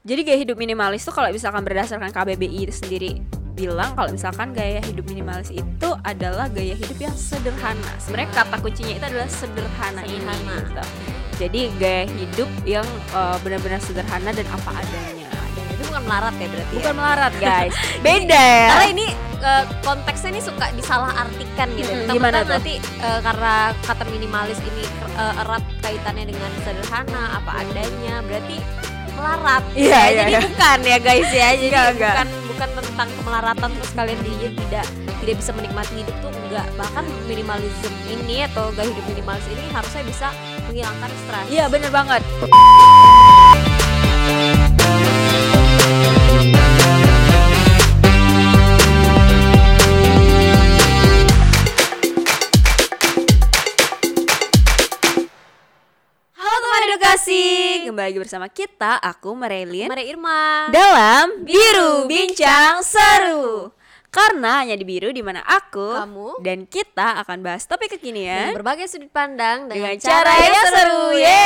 Jadi gaya hidup minimalis tuh kalau misalkan berdasarkan KBBI itu sendiri bilang kalau misalkan gaya hidup minimalis itu adalah gaya hidup yang sederhana. Sebenarnya kata kuncinya itu adalah sederhana. Ini gitu. Jadi gaya hidup yang benar-benar sederhana dan apa adanya. Itu bukan melarat ya berarti. Bukan melarat guys. Beda ya. Karena ini konteksnya ini suka disalahartikan gitu. Gimana tuh? Nanti karena kata minimalis ini erat kaitannya dengan sederhana, apa adanya, berarti melarat. Iya. Jadi bukan ya guys ya. Jadi Enggak. bukan tentang kemelaratan terus kalian tidak bisa menikmati hidup tuh enggak. Bahkan minimalism ini atau gaya hidup minimalis ini harusnya bisa menghilangkan stres. Iya, benar banget. Kembali lagi bersama kita, aku Marilyn, Irma, dalam Biru Bincang Seru. Karena hanya di Biru di mana aku, kamu, dan kita akan bahas topik kekinian dengan berbagai sudut pandang dengan cara yang seru.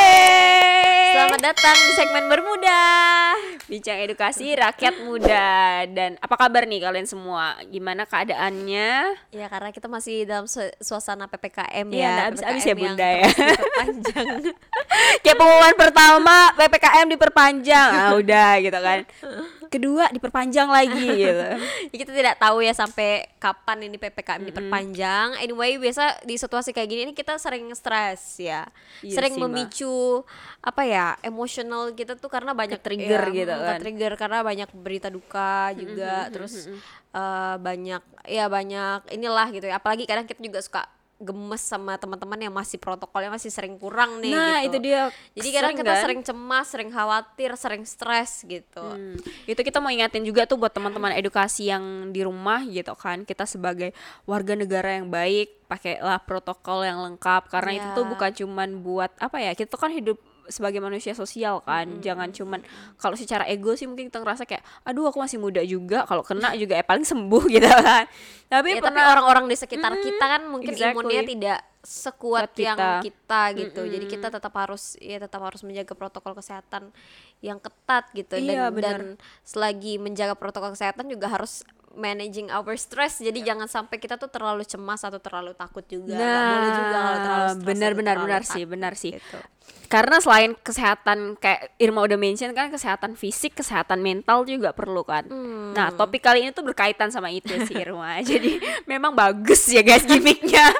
Yeay! Selamat datang di segmen bermuda, bincang edukasi rakyat muda. Dan apa kabar nih kalian semua? Gimana keadaannya? Ya karena kita masih dalam suasana PPKM ya. Habis-habis ya Bunda ya. Diperpanjang. Kayak pengumuman pertama PPKM diperpanjang. Udah gitu kan. Kedua diperpanjang lagi gitu. Ya, kita tidak tahu ya sampai kapan ini PPKM diperpanjang. Anyway, biasa di situasi kayak gini ini kita sering stres ya. Iya sering sih, memicu apa ya, emosional kita tuh karena banyak trigger ya, gitu kan. Trigger karena banyak berita duka juga, terus banyak inilah gitu ya. Apalagi kadang kita juga suka gemes sama teman-teman yang masih protokolnya masih sering kurang nih. Nah gitu. itu dia. Jadi kadang kita sering cemas, sering khawatir, sering stres gitu. Itu kita mau ingatin juga tuh buat teman-teman edukasi yang di rumah gitu kan. Kita sebagai warga negara yang baik, pakailah protokol yang lengkap. Karena itu tuh bukan cuman buat apa ya, kita tuh kan hidup sebagai manusia sosial kan. Jangan cuman kalau secara ego sih mungkin kita ngerasa kayak aduh aku masih muda juga, kalau kena juga ya paling sembuh gitu kan. Tapi orang-orang di sekitar kita kan mungkin imunnya tidak sekuat yang kita gitu. Jadi kita tetap harus menjaga protokol kesehatan yang ketat gitu. Dan selagi menjaga protokol kesehatan juga harus managing our stress. Jadi jangan sampai kita tuh terlalu cemas atau terlalu takut juga. Nggak boleh juga kalau terlalu stres. Benar sih. Gitu. Karena selain kesehatan kayak Irma udah mention kan, kesehatan fisik, kesehatan mental juga perlu kan. Nah, topik kali ini tuh berkaitan sama itu sih Irma. Jadi memang bagus ya guys gimmicknya.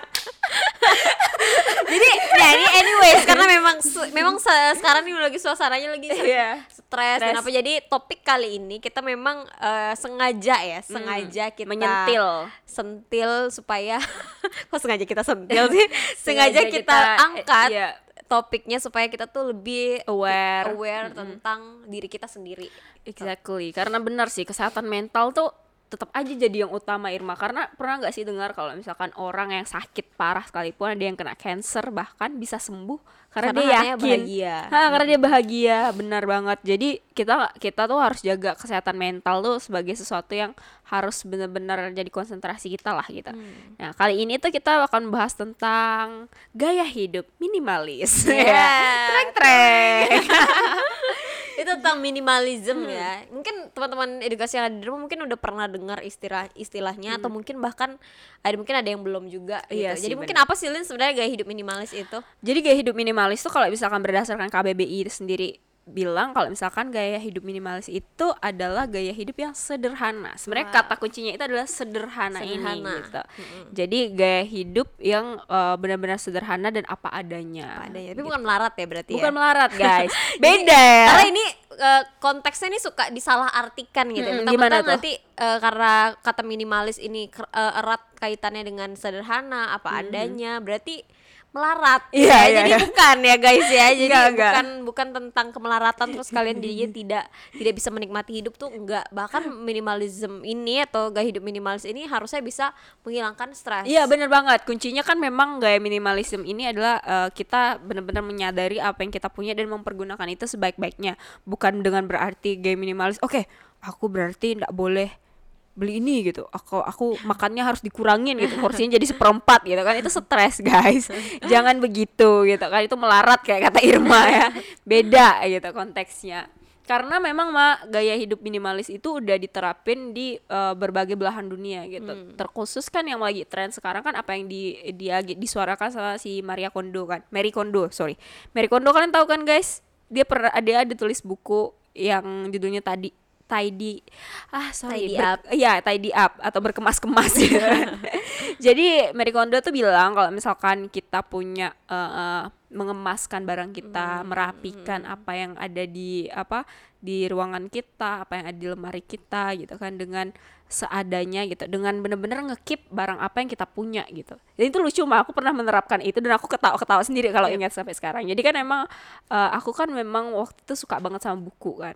Jadi ya ini anyways karena memang sekarang ini lagi suasananya lagi stres dan apa, jadi topik kali ini kita memang sengaja kita sentil supaya kok sengaja kita sentil sih sengaja kita angkat topiknya supaya kita tuh lebih aware tentang diri kita sendiri. Exactly, karena benar sih kesehatan mental tuh tetap aja jadi yang utama Irma. Karena pernah nggak sih dengar kalau misalkan orang yang sakit parah sekalipun, ada yang kena cancer bahkan bisa sembuh karena dia yakin bahagia. Karena dia bahagia, benar banget. Jadi kita tuh harus jaga kesehatan mental tuh sebagai sesuatu yang harus benar-benar jadi konsentrasi kita lah gitu. Nah kali ini tuh kita akan bahas tentang gaya hidup minimalis. Trek. Itu tentang minimalism ya. Mungkin teman-teman edukasi yang ada di rumah mungkin udah pernah dengar istilahnya atau mungkin bahkan ada yang belum juga gitu. Jadi mungkin apa sih Lin sebenarnya gaya hidup minimalis itu? Jadi gaya hidup minimalis tuh kalau misalkan berdasarkan KBBI itu sendiri bilang kalau misalkan gaya hidup minimalis itu adalah gaya hidup yang sederhana. Sebenarnya kata kuncinya itu adalah sederhana. Ini gitu. Jadi gaya hidup yang benar-benar sederhana dan apa adanya. Tapi bukan melarat ya berarti. Bukan melarat guys. Beda ya. Karena ini konteksnya ini suka disalahartikan gitu. Gimana tuh? Nanti karena kata minimalis ini erat kaitannya dengan sederhana, apa adanya, berarti melarat. Jadi bukan ya guys ya. Jadi bukan tentang kemelaratan terus kalian tidak bisa menikmati hidup tuh enggak. Bahkan minimalism ini atau gaya hidup minimalis ini harusnya bisa menghilangkan stres. Iya benar banget. Kuncinya kan memang gaya minimalism ini adalah kita benar-benar menyadari apa yang kita punya dan mempergunakan itu sebaik-baiknya. Bukan dengan berarti gaya minimalis oke, aku berarti enggak boleh beli ini gitu, aku makannya harus dikurangin gitu, porsinya jadi 1/4 gitu kan, itu stres guys. Jangan begitu gitu kan, itu melarat kayak kata Irma ya. Beda gitu konteksnya. Karena memang gaya hidup minimalis itu udah diterapin di berbagai belahan dunia gitu. Terkhusus kan yang lagi tren sekarang kan apa yang dia disuarakan sama si Marie Kondo. Marie Kondo kalian tahu kan guys? Dia ada tulis buku yang judulnya tidy up atau berkemas-kemas. Jadi Marie Kondo tuh bilang kalau misalkan kita punya mengemaskan barang kita, merapikan apa yang ada di ruangan kita, apa yang ada di lemari kita gitu kan, dengan seadanya gitu, dengan benar-benar ngekip barang apa yang kita punya gitu. Jadi itu lucu, aku pernah menerapkan itu dan aku ketawa sendiri kalau ingat sampai sekarang. Jadi kan emang aku kan memang waktu itu suka banget sama buku kan.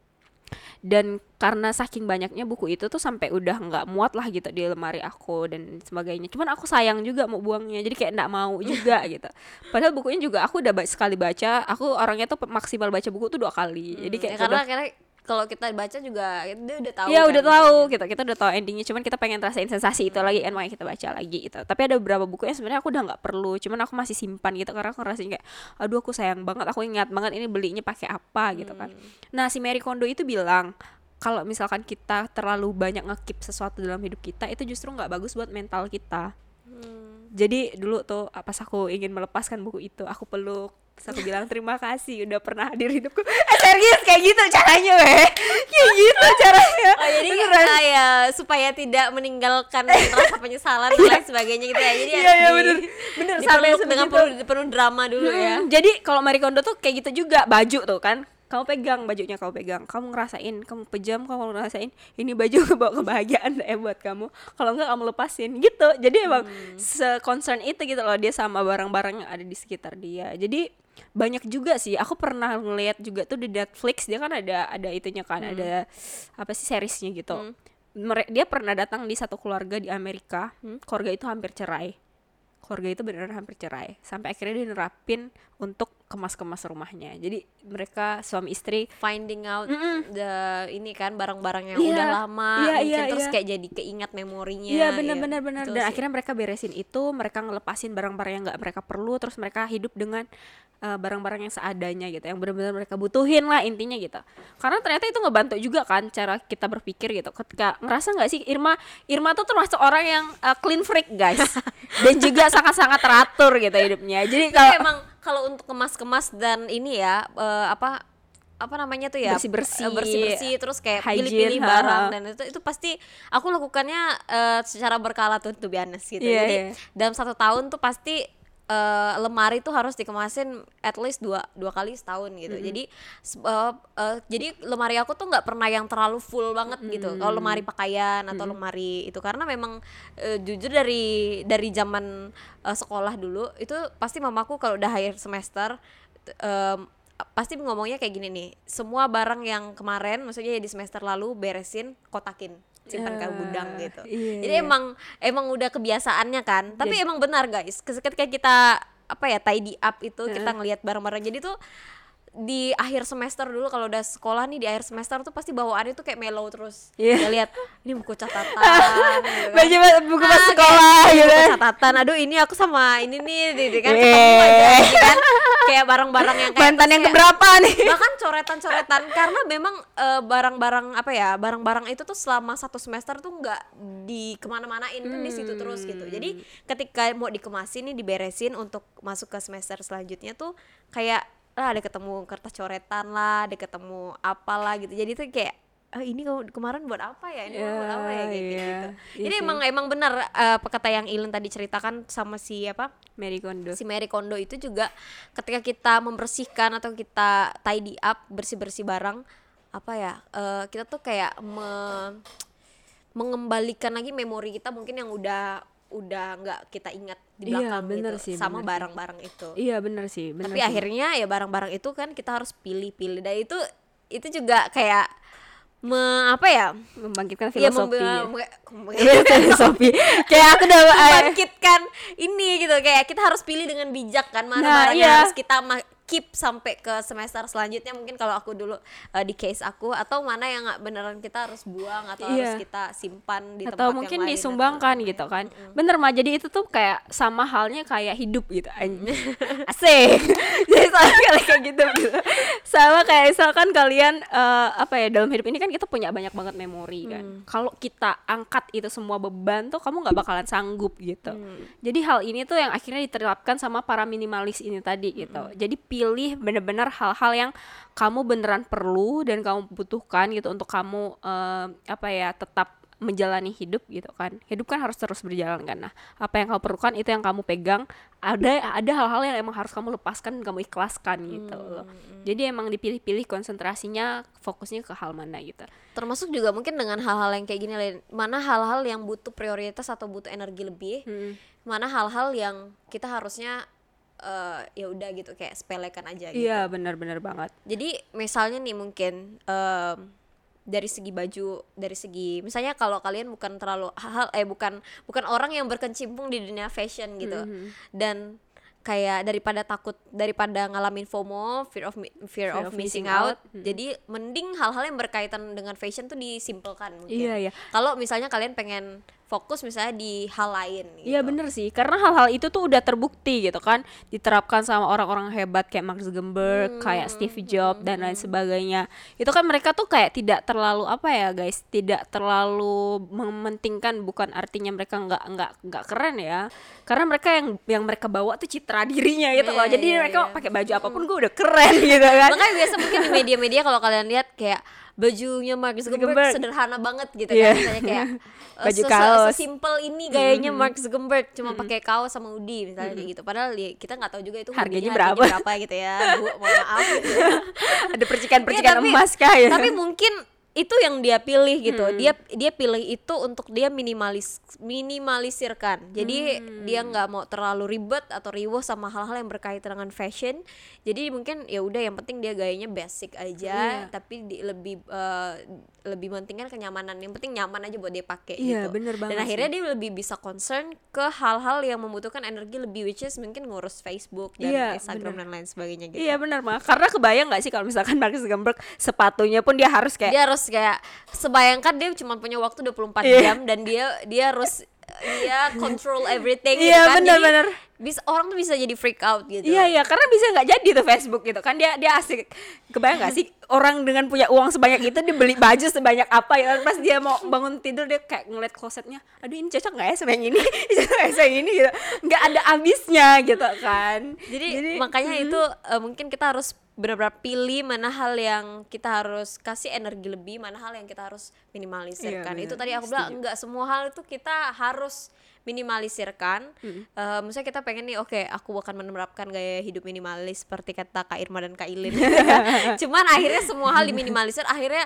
Dan karena saking banyaknya buku itu tuh sampai udah nggak muat lah gitu di lemari aku dan sebagainya. Cuman aku sayang juga mau buangnya, jadi kayak nggak mau juga gitu. Padahal bukunya juga aku udah sekali baca. Aku orangnya tuh maksimal baca buku tuh 2 kali. Jadi kayak karena kalau kita baca juga dia udah tahu. Iya kan, udah tahu kita udah tahu endingnya. Cuman kita pengen rasain sensasi itu lagi kan, makanya kita baca lagi gitu. Tapi ada beberapa buku yang sebenarnya aku udah nggak perlu, cuman aku masih simpan gitu karena aku ngerasain kayak aduh aku sayang banget, aku ingat banget ini belinya pakai apa gitu kan. Nah si Marie Kondo itu bilang kalau misalkan kita terlalu banyak ngekip sesuatu dalam hidup kita itu justru nggak bagus buat mental kita. Jadi dulu tuh pas aku ingin melepaskan buku itu, aku peluk, terus aku bilang terima kasih udah pernah hadir hidupku. Serius kayak gitu caranya kayak gitu caranya. Jadi ya supaya tidak meninggalkan rasa penyesalan dan lain sebagainya gitu ya. Jadi bener sampai dengan penuh drama dulu ya. Jadi kalau Marie Kondo tuh kayak gitu juga, baju tuh kan, kamu pegang bajunya, kamu ngerasain, kamu pejam, kamu ngerasain ini baju bawa kebahagiaan buat kamu, kalau enggak kamu lepasin gitu. Jadi emang se-concern itu gitu loh dia sama barang-barang yang ada di sekitar dia. Jadi banyak juga sih, aku pernah ngeliat juga tuh di Netflix, dia kan ada itunya kan, ada apa sih seriesnya gitu. Dia pernah datang di satu keluarga di Amerika, keluarga itu hampir cerai. Keluarga itu beneran hampir cerai, sampai akhirnya dia nerapin untuk kemas-kemas rumahnya. Jadi mereka suami istri finding out ini kan barang-barang yang udah lama, mungkin terus kayak jadi keingat memorinya. Iya benar. Dan akhirnya mereka beresin itu, mereka ngelepasin barang-barang yang nggak mereka perlu, terus mereka hidup dengan barang-barang yang seadanya gitu, yang benar-benar mereka butuhin lah intinya gitu. Karena ternyata itu ngebantu juga kan cara kita berpikir gitu. Ketika ngerasa nggak sih Irma tuh termasuk orang yang clean freak guys, dan juga sangat-sangat teratur gitu hidupnya. Jadi kalau untuk kemas-kemas dan ini ya apa namanya tuh ya bersih-bersih terus kayak pilih-pilih barang dan itu pasti aku lakukannya secara berkala tuh to be honest gitu. Jadi dalam 1 tahun tuh pasti lemari tuh harus dikemasin at least dua kali setahun gitu. Jadi lemari aku tuh nggak pernah yang terlalu full banget gitu. Kalau lemari pakaian atau lemari itu, karena memang jujur dari zaman sekolah dulu itu pasti mamaku kalau udah akhir semester pasti ngomongnya kayak gini nih, semua barang yang kemarin maksudnya di semester lalu beresin, kotakin, simpan ke gudang gitu. Jadi emang udah kebiasaannya kan. Tapi emang benar guys, ketika kita tidy up itu kita ngelihat barang-barang. Jadi tuh di akhir semester dulu kalau udah sekolah nih, di akhir semester tuh pasti bawaannya tuh kayak mellow terus. Ya lihat ini buku catatan gitu kan. buku pas sekolah gitu. Buku catatan. Aduh ini aku sama ini nih kan ketemu aja gitu kan. Kayak barang-barang yang kayak mantan yang keberapa nih. Bahkan coretan-coretan karena memang barang-barang itu tuh selama 1 semester tuh nggak di kemana-manain kan di situ terus gitu. Jadi ketika mau dikemasin nih, diberesin untuk masuk ke semester selanjutnya tuh kayak ada ketemu kertas coretan lah, ada ketemu apalah gitu. Jadi tuh kayak ini kemarin buat apa ya? Ini buat apa ya kayak gitu. Jadi emang benar kata yang Ilin tadi ceritakan sama si Marie Kondo. Si Marie Kondo itu juga ketika kita membersihkan atau kita tidy up, bersih-bersih barang kita tuh kayak mengembalikan lagi memori kita mungkin yang udah nggak kita ingat di belakang gitu sama barang-barang itu. Iya benar sih. Tapi akhirnya ya barang-barang itu kan kita harus pilih-pilih. Dan itu juga kayak membangkitkan filosofi. Filosofi. Kayak aku udah membangkitkan ini gitu, kayak kita harus pilih dengan bijak kan mana barang yang harus keep sampai ke semester selanjutnya, mungkin kalau aku dulu di case aku, atau mana yang beneran kita harus buang atau harus kita simpan di tempat atau mungkin yang lain, disumbangkan gitu kan. Bener mah, jadi itu tuh kayak sama halnya kayak hidup gitu. Asik. Jadi soalnya kayak gitu. Sama kayak misalkan kalian dalam hidup ini kan kita punya banyak banget memori kan. Kalau kita angkat itu semua beban tuh kamu nggak bakalan sanggup gitu. Jadi hal ini tuh yang akhirnya diterapkan sama para minimalis ini tadi gitu. Jadi pilih benar-benar hal-hal yang kamu beneran perlu dan kamu butuhkan gitu untuk kamu tetap menjalani hidup gitu kan. Hidup kan harus terus berjalan kan. Nah, apa yang kamu perlukan itu yang kamu pegang. Ada hal-hal yang emang harus kamu lepaskan dan kamu ikhlaskan gitu loh. Jadi emang dipilih-pilih konsentrasinya, fokusnya ke hal mana gitu. Termasuk juga mungkin dengan hal-hal yang kayak gini, mana hal-hal yang butuh prioritas atau butuh energi lebih, mana hal-hal yang kita harusnya ya udah gitu kayak sepelekan aja gitu. Iya, benar-benar banget. Jadi misalnya nih mungkin dari segi baju, dari segi misalnya kalau kalian bukan terlalu bukan orang yang berkecimpung di dunia fashion gitu, dan kayak daripada ngalamin FOMO, fear of missing out, jadi mending hal-hal yang berkaitan dengan fashion tuh disimpelkan mungkin. Iya. Kalau misalnya kalian pengen fokus misalnya di hal lain gitu. Iya bener sih, karena hal-hal itu tuh udah terbukti gitu kan, diterapkan sama orang-orang hebat kayak Mark Zuckerberg, kayak Steve Jobs dan lain sebagainya. Itu kan mereka tuh kayak tidak terlalu tidak terlalu mementingkan, bukan artinya mereka nggak keren ya, karena mereka yang mereka bawa tuh citra dirinya gitu loh. Jadi mereka pakai baju apapun gue udah keren gitu kan. Makanya biasa mungkin di media-media kalau kalian lihat kayak bajunya Mark Zuckerberg sederhana banget gitu kan, misalnya kayak baju kaos sesimpel ini gayanya Mark Zuckerberg, cuma pakai kaos sama hoodie misalnya kayak gitu. Padahal kita nggak tahu juga itu harganya berapa gitu ya, Bu, mohon maaf gitu. Ada percikan-percikan emas kah ya? Tapi mungkin itu yang dia pilih gitu. Dia pilih itu untuk dia minimalisirkan. Jadi dia nggak mau terlalu ribet atau riuh sama hal-hal yang berkaitan dengan fashion. Jadi mungkin ya udah yang penting dia gayanya basic aja, tapi lebih pentingkan kenyamanan. Yang penting nyaman aja buat dia pakai gitu. Bener banget. Dan akhirnya dia lebih bisa concern ke hal-hal yang membutuhkan energi lebih, which is mungkin ngurus Facebook dan Instagram dan lain sebagainya gitu. Iya benar mah. Karena kebayang nggak sih kalau misalkan Mark Zuckerberg sepatunya pun dia harus sebayangkan dia cuma punya waktu 24 jam dan dia harus control everything gitu kan. Bener. Orang tuh bisa jadi freak out gitu. Iya, karena bisa nggak jadi tuh Facebook gitu kan. Dia asik. Kebayang nggak sih orang dengan punya uang sebanyak itu dia beli baju sebanyak apa ya, pas dia mau bangun tidur dia kayak ngeliat klosetnya, aduh ini cocok nggak ya sama yang ini, cocok nggak sama yang ini gitu, nggak ada habisnya gitu kan. Jadi makanya itu mungkin kita harus benar-benar pilih mana hal yang kita harus kasih energi lebih, mana hal yang kita harus minimalisirkan. Itu tadi aku bilang enggak semua hal itu kita harus minimalisirkan. Misalnya kita pengen nih, oke, aku akan menerapkan gaya hidup minimalis seperti kata Kak Irma dan Kak Ilin. Cuman akhirnya semua hal diminimalisir, akhirnya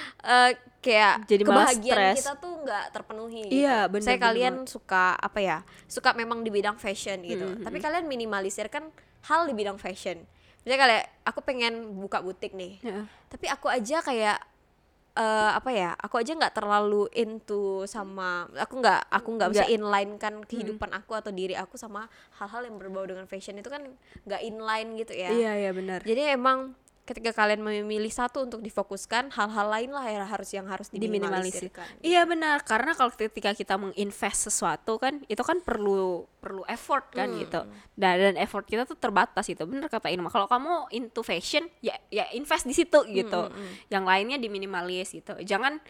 kayak jadi kebahagiaan kita tuh nggak terpenuhi gitu. Iya, bener. Saya kalian suka suka memang di bidang fashion gitu, tapi kalian minimalisirkan hal di bidang fashion. Misalnya kayak aku pengen buka butik nih, tapi aku aja kayak aku aja nggak terlalu into sama aku nggak bisa inline kan kehidupan aku atau diri aku sama hal-hal yang berbau dengan fashion, itu kan nggak inline gitu ya. Iya benar. Jadi emang ketika kalian memilih satu untuk difokuskan, hal-hal lain lah yang harus diminimalisirkan. Iya benar, karena kalau ketika kita menginvest sesuatu kan itu kan perlu effort kan gitu. Dan effort kita tuh terbatas gitu. Bener kata Irma, kalau kamu into fashion ya invest di situ gitu. Yang lainnya diminimalis gitu. Jangan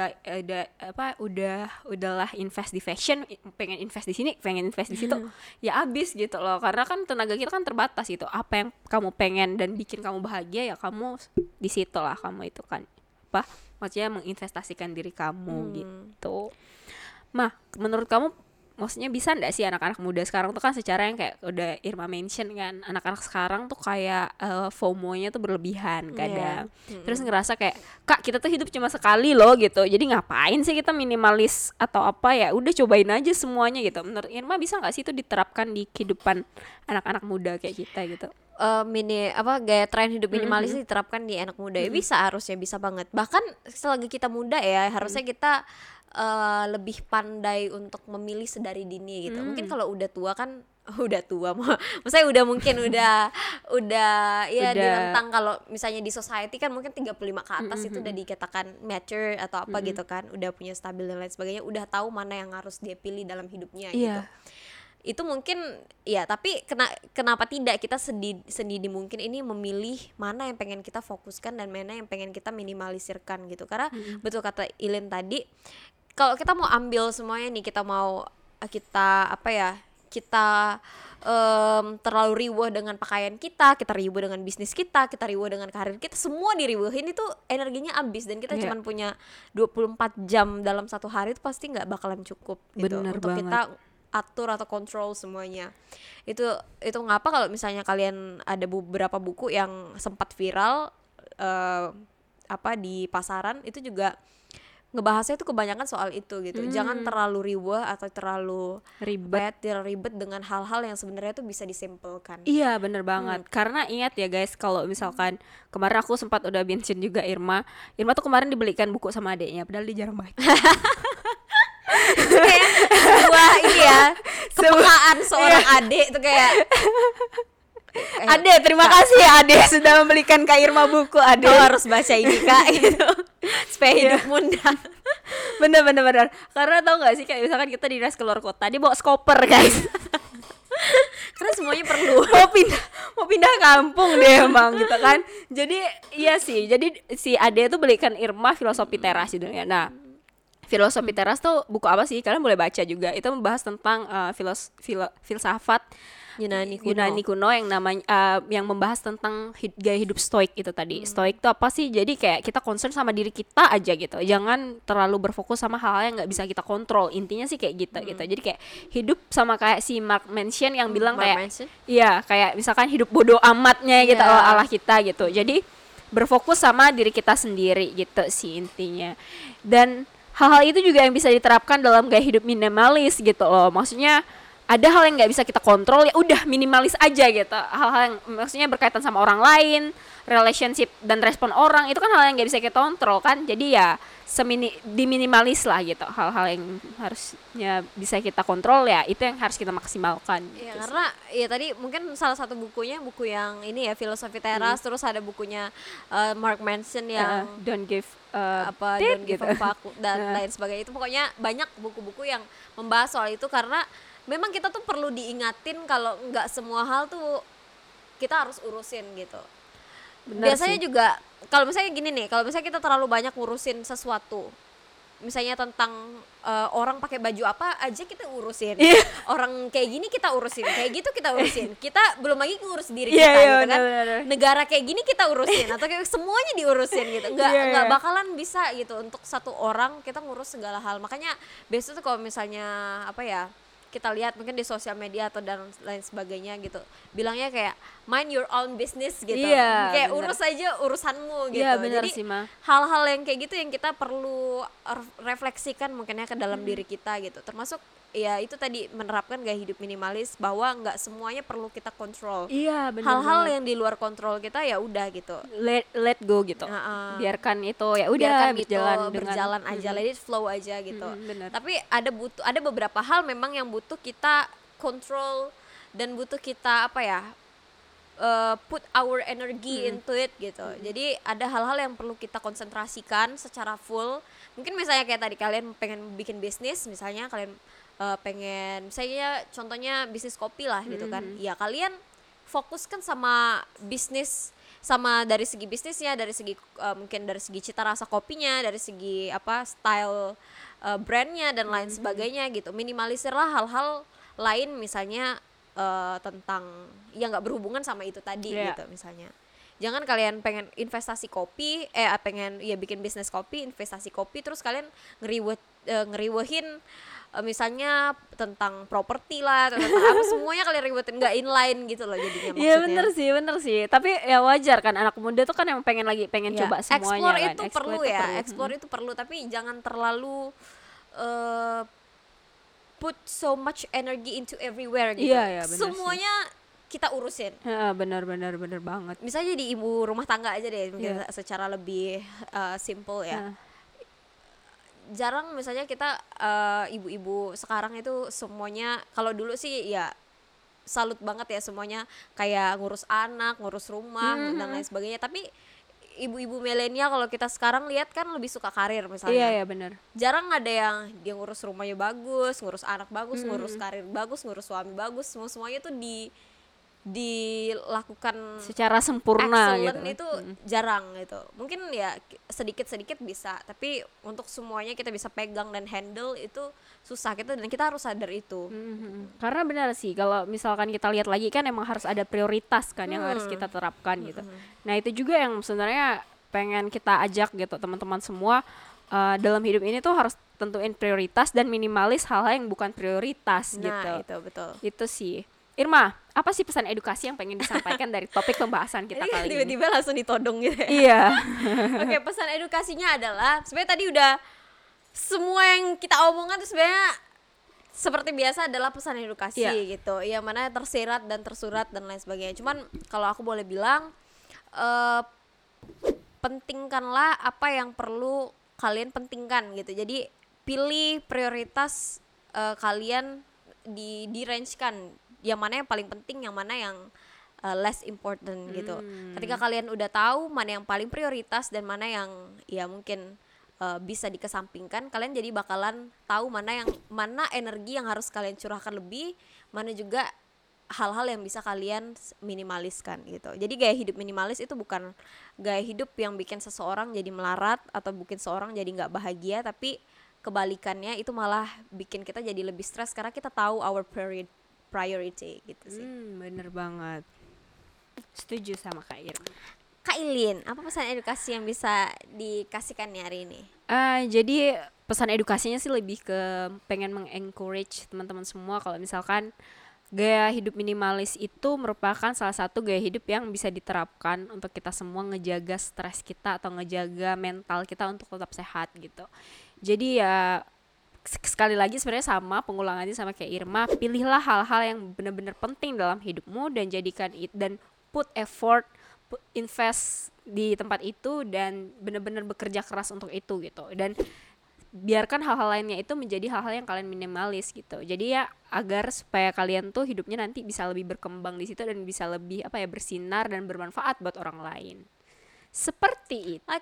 udahlah invest di fashion, pengen invest di sini, pengen invest di situ, ya abis gitu loh. Karena kan tenaga kita kan terbatas gitu. Apa yang kamu pengen dan bikin kamu bahagia, ya kamu di situ lah, kamu itu kan maksudnya menginvestasikan diri kamu gitu. Menurut kamu maksudnya bisa nggak sih anak-anak muda sekarang tuh kan secara yang kayak udah Irma mention kan, anak-anak sekarang tuh kayak FOMO-nya tuh berlebihan kadang. Terus ngerasa kayak, Kak kita tuh hidup cuma sekali loh gitu, jadi ngapain sih kita minimalis atau apa ya, udah cobain aja semuanya gitu. Menurut Irma bisa nggak sih itu diterapkan di kehidupan anak-anak muda kayak kita gitu? gaya tren hidup minimalis diterapkan di anak muda ya harusnya bisa banget. Bahkan selagi kita muda ya harusnya kita lebih pandai untuk memilih sedari dini gitu. Mungkin kalau udah tua kan maksudnya udah di rentang, kalau misalnya di society kan mungkin 35 ke atas itu udah dikatakan mature atau apa gitu kan, udah punya stabil dan lain sebagainya, udah tahu mana yang harus dia pilih dalam hidupnya gitu. Itu mungkin ya, tapi kenapa tidak kita sendiri mungkin ini memilih mana yang pengen kita fokuskan dan mana yang pengen kita minimalisirkan gitu. Karena betul kata Ilin tadi, kalau kita mau ambil semuanya nih, kita terlalu riuh dengan pakaian kita riuh dengan bisnis kita riuh dengan karir kita, semua diriuhin, itu energinya habis dan kita cuma punya 24 jam dalam satu hari, itu pasti nggak bakalan cukup gitu. Bener untuk banget. Kita atur atau kontrol semuanya. Itu ngapa kalau misalnya kalian ada beberapa buku yang sempat viral di pasaran, itu juga ngebahasnya itu kebanyakan soal itu gitu. Jangan terlalu riuh atau terlalu ribet dengan hal-hal yang sebenarnya tuh bisa disimpelkan. Iya bener banget. Karena ingat ya guys, kalau misalkan kemarin aku sempat udah mention juga Irma tuh kemarin dibelikan buku sama adeknya, padahal dia jarang baca. Itu kayak sebuah ini ya, kepekaan seorang adik tuh kayak Ade, terima kasih ya Ade sudah membelikan Kak Irma buku. Ade, kau harus baca ini Kak gitu supaya hidup mudah. Bener. Karena tau gak sih, kayak misalkan kita dinas keluar kota, dia bawa skoper guys. Karena semuanya perlu. mau pindah kampung deh emang gitu kan. Jadi iya sih, jadi si Ade tuh belikan Irma Filosofi Teras judulnya. Nah, Filosofi Teras tuh buku apa sih? Kalian boleh baca juga. Itu membahas tentang filsafat Yunani kuno yang namanya yang membahas tentang gaya hidup stoik itu tadi. Stoik itu apa sih? Jadi kayak kita concern sama diri kita aja gitu. Jangan terlalu berfokus sama hal-hal yang nggak bisa kita kontrol. Intinya sih kayak gitu gitu. Jadi kayak hidup sama kayak si Mark Manson yang bilang iya, kayak misalkan hidup bodoh amatnya gitu ala kita gitu. Jadi berfokus sama diri kita sendiri gitu sih intinya. Dan hal-hal itu juga yang bisa diterapkan dalam gaya hidup minimalis gitu loh. Maksudnya ada hal yang nggak bisa kita kontrol, ya udah minimalis aja gitu. Hal-hal yang maksudnya berkaitan sama orang lain, relationship dan respon orang, itu kan hal yang nggak bisa kita kontrol kan. Jadi ya diminimalis lah gitu. Hal-hal yang harusnya bisa kita kontrol, ya itu yang harus kita maksimalkan ya, gitu. Karena ya tadi mungkin salah satu buku yang ini ya, Filosofi Teras, terus ada bukunya Mark Manson yang Don't Give Don't Give a Fuck dan lain sebagainya. Itu pokoknya banyak buku-buku yang membahas soal itu, karena memang kita tuh perlu diingatin kalau nggak semua hal tuh kita harus urusin gitu. Biasanya juga kalau misalnya gini nih, kalau misalnya kita terlalu banyak ngurusin sesuatu, misalnya tentang orang pakai baju apa aja kita urusin, orang kayak gini kita urusin, kayak gitu kita urusin, kita belum lagi ngurus diri kita gitu kan. Negara kayak gini kita urusin, atau kayak semuanya diurusin gitu, nggak bakalan bisa gitu untuk satu orang kita ngurus segala hal. Makanya biasanya tuh kalau misalnya kita lihat mungkin di sosial media atau dan lain sebagainya gitu, bilangnya kayak mind your own business gitu, kayak urus aja urusanmu gitu. Jadi sih, hal-hal yang kayak gitu yang kita perlu refleksikan mungkinnya ke dalam diri kita gitu, termasuk ya itu tadi menerapkan gaya hidup minimalis, bahwa nggak semuanya perlu kita kontrol. Hal-hal yang di luar kontrol kita ya udah gitu, let go gitu. Biarkan itu ya udah berjalan aja, let it flow aja gitu. Tapi ada beberapa hal memang yang butuh kita kontrol dan butuh kita put our energy into it gitu. Jadi ada hal-hal yang perlu kita konsentrasikan secara full. Mungkin misalnya kayak tadi kalian pengen bikin bisnis, misalnya kalian pengen, saya contohnya bisnis kopi lah gitu kan. Ya kalian fokuskan sama bisnis, sama dari segi bisnisnya, dari segi mungkin dari segi cita rasa kopinya, dari segi style brandnya dan lain sebagainya gitu. Minimalisirlah hal-hal lain misalnya tentang yang nggak berhubungan sama itu tadi gitu misalnya. Jangan kalian pengen investasi kopi, pengen bikin bisnis kopi, investasi kopi, terus kalian ngeriwehin misalnya tentang properti lah, tentang apa semuanya kalian ribetin, nggak inline gitu loh jadinya maksudnya. Iya bener sih. Tapi ya wajar kan, anak muda tuh kan yang pengen coba semuanya. Explore kan. Itu perlu. Explore itu perlu, tapi jangan terlalu put so much energy into everywhere gitu. Iya, semuanya kita urusin. Benar banget. Misalnya jadi ibu rumah tangga aja deh, mungkin secara lebih simple ya. Jarang misalnya kita ibu-ibu sekarang itu semuanya, kalau dulu sih ya salut banget ya, semuanya kayak ngurus anak, ngurus rumah dan lain sebagainya. Tapi ibu-ibu milenial kalau kita sekarang lihat kan lebih suka karir misalnya. Iya benar. Jarang ada yang dia ngurus rumahnya bagus, ngurus anak bagus, ngurus karir bagus, ngurus suami bagus, semuanya tuh dilakukan secara sempurna excellent gitu. Itu jarang gitu. Mungkin ya sedikit-sedikit bisa, tapi untuk semuanya kita bisa pegang dan handle itu susah kita, dan kita harus sadar itu. Karena benar sih, kalau misalkan kita lihat lagi kan emang harus ada prioritas kan yang harus kita terapkan gitu. Nah itu juga yang sebenarnya pengen kita ajak gitu teman-teman semua, dalam hidup ini tuh harus tentuin prioritas dan minimalis hal-hal yang bukan prioritas gitu. Nah itu betul. Itu sih. Irma, apa sih pesan edukasi yang pengen disampaikan dari topik pembahasan kita kali ini? Tiba-tiba langsung ditodong gitu ya. Iya. Oke, pesan edukasinya adalah sebenarnya tadi udah semua yang kita omongkan tuh sebenarnya seperti biasa adalah pesan edukasi gitu. Yang mana tersirat dan tersurat dan lain sebagainya. Cuman kalau aku boleh bilang, pentingkanlah apa yang perlu kalian pentingkan gitu. Jadi pilih prioritas kalian, di range-kan yang mana yang paling penting, yang mana yang less important gitu. Ketika kalian udah tahu mana yang paling prioritas dan mana yang ya mungkin bisa dikesampingkan, kalian jadi bakalan tahu mana energi yang harus kalian curahkan lebih, mana juga hal-hal yang bisa kalian minimaliskan gitu. Jadi gaya hidup minimalis itu bukan gaya hidup yang bikin seseorang jadi melarat atau bikin seseorang jadi nggak bahagia, tapi kebalikannya itu malah bikin kita jadi lebih stres karena kita tahu our priority gitu sih. Bener banget. Setuju sama Kak Irma. Kak Ilin, apa pesan edukasi yang bisa dikasihkan nih hari ini? Jadi pesan edukasinya sih lebih ke pengen mengencourage teman-teman semua kalau misalkan gaya hidup minimalis itu merupakan salah satu gaya hidup yang bisa diterapkan untuk kita semua ngejaga stres kita atau ngejaga mental kita untuk tetap sehat gitu. Jadi ya sekali lagi sebenarnya sama pengulangannya sama kayak Irma, pilihlah hal-hal yang benar-benar penting dalam hidupmu dan jadikan dan put effort, invest di tempat itu dan benar-benar bekerja keras untuk itu gitu. Dan biarkan hal-hal lainnya itu menjadi hal-hal yang kalian minimalis gitu. Jadi ya agar supaya kalian tuh hidupnya nanti bisa lebih berkembang di situ dan bisa lebih bersinar dan bermanfaat buat orang lain. Seperti itu.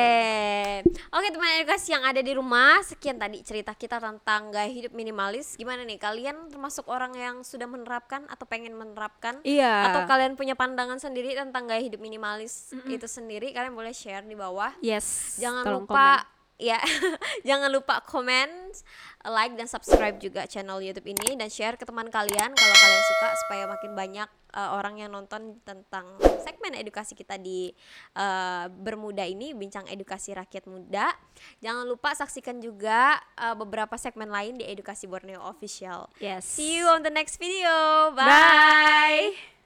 Oke teman edukasi yang ada di rumah, sekian tadi cerita kita tentang gaya hidup minimalis. Gimana nih, kalian termasuk orang yang sudah menerapkan atau pengen menerapkan? Atau kalian punya pandangan sendiri tentang gaya hidup minimalis itu sendiri? Kalian boleh share di bawah. Jangan lupa jangan lupa komen, like dan subscribe juga channel YouTube ini, dan share ke teman kalian kalau kalian suka, supaya makin banyak orang yang nonton tentang segmen edukasi kita di Bermuda ini, Bincang Edukasi Rakyat Muda. Jangan lupa saksikan juga beberapa segmen lain di Edukasi Borneo Official. Yes. See you on the next video. Bye.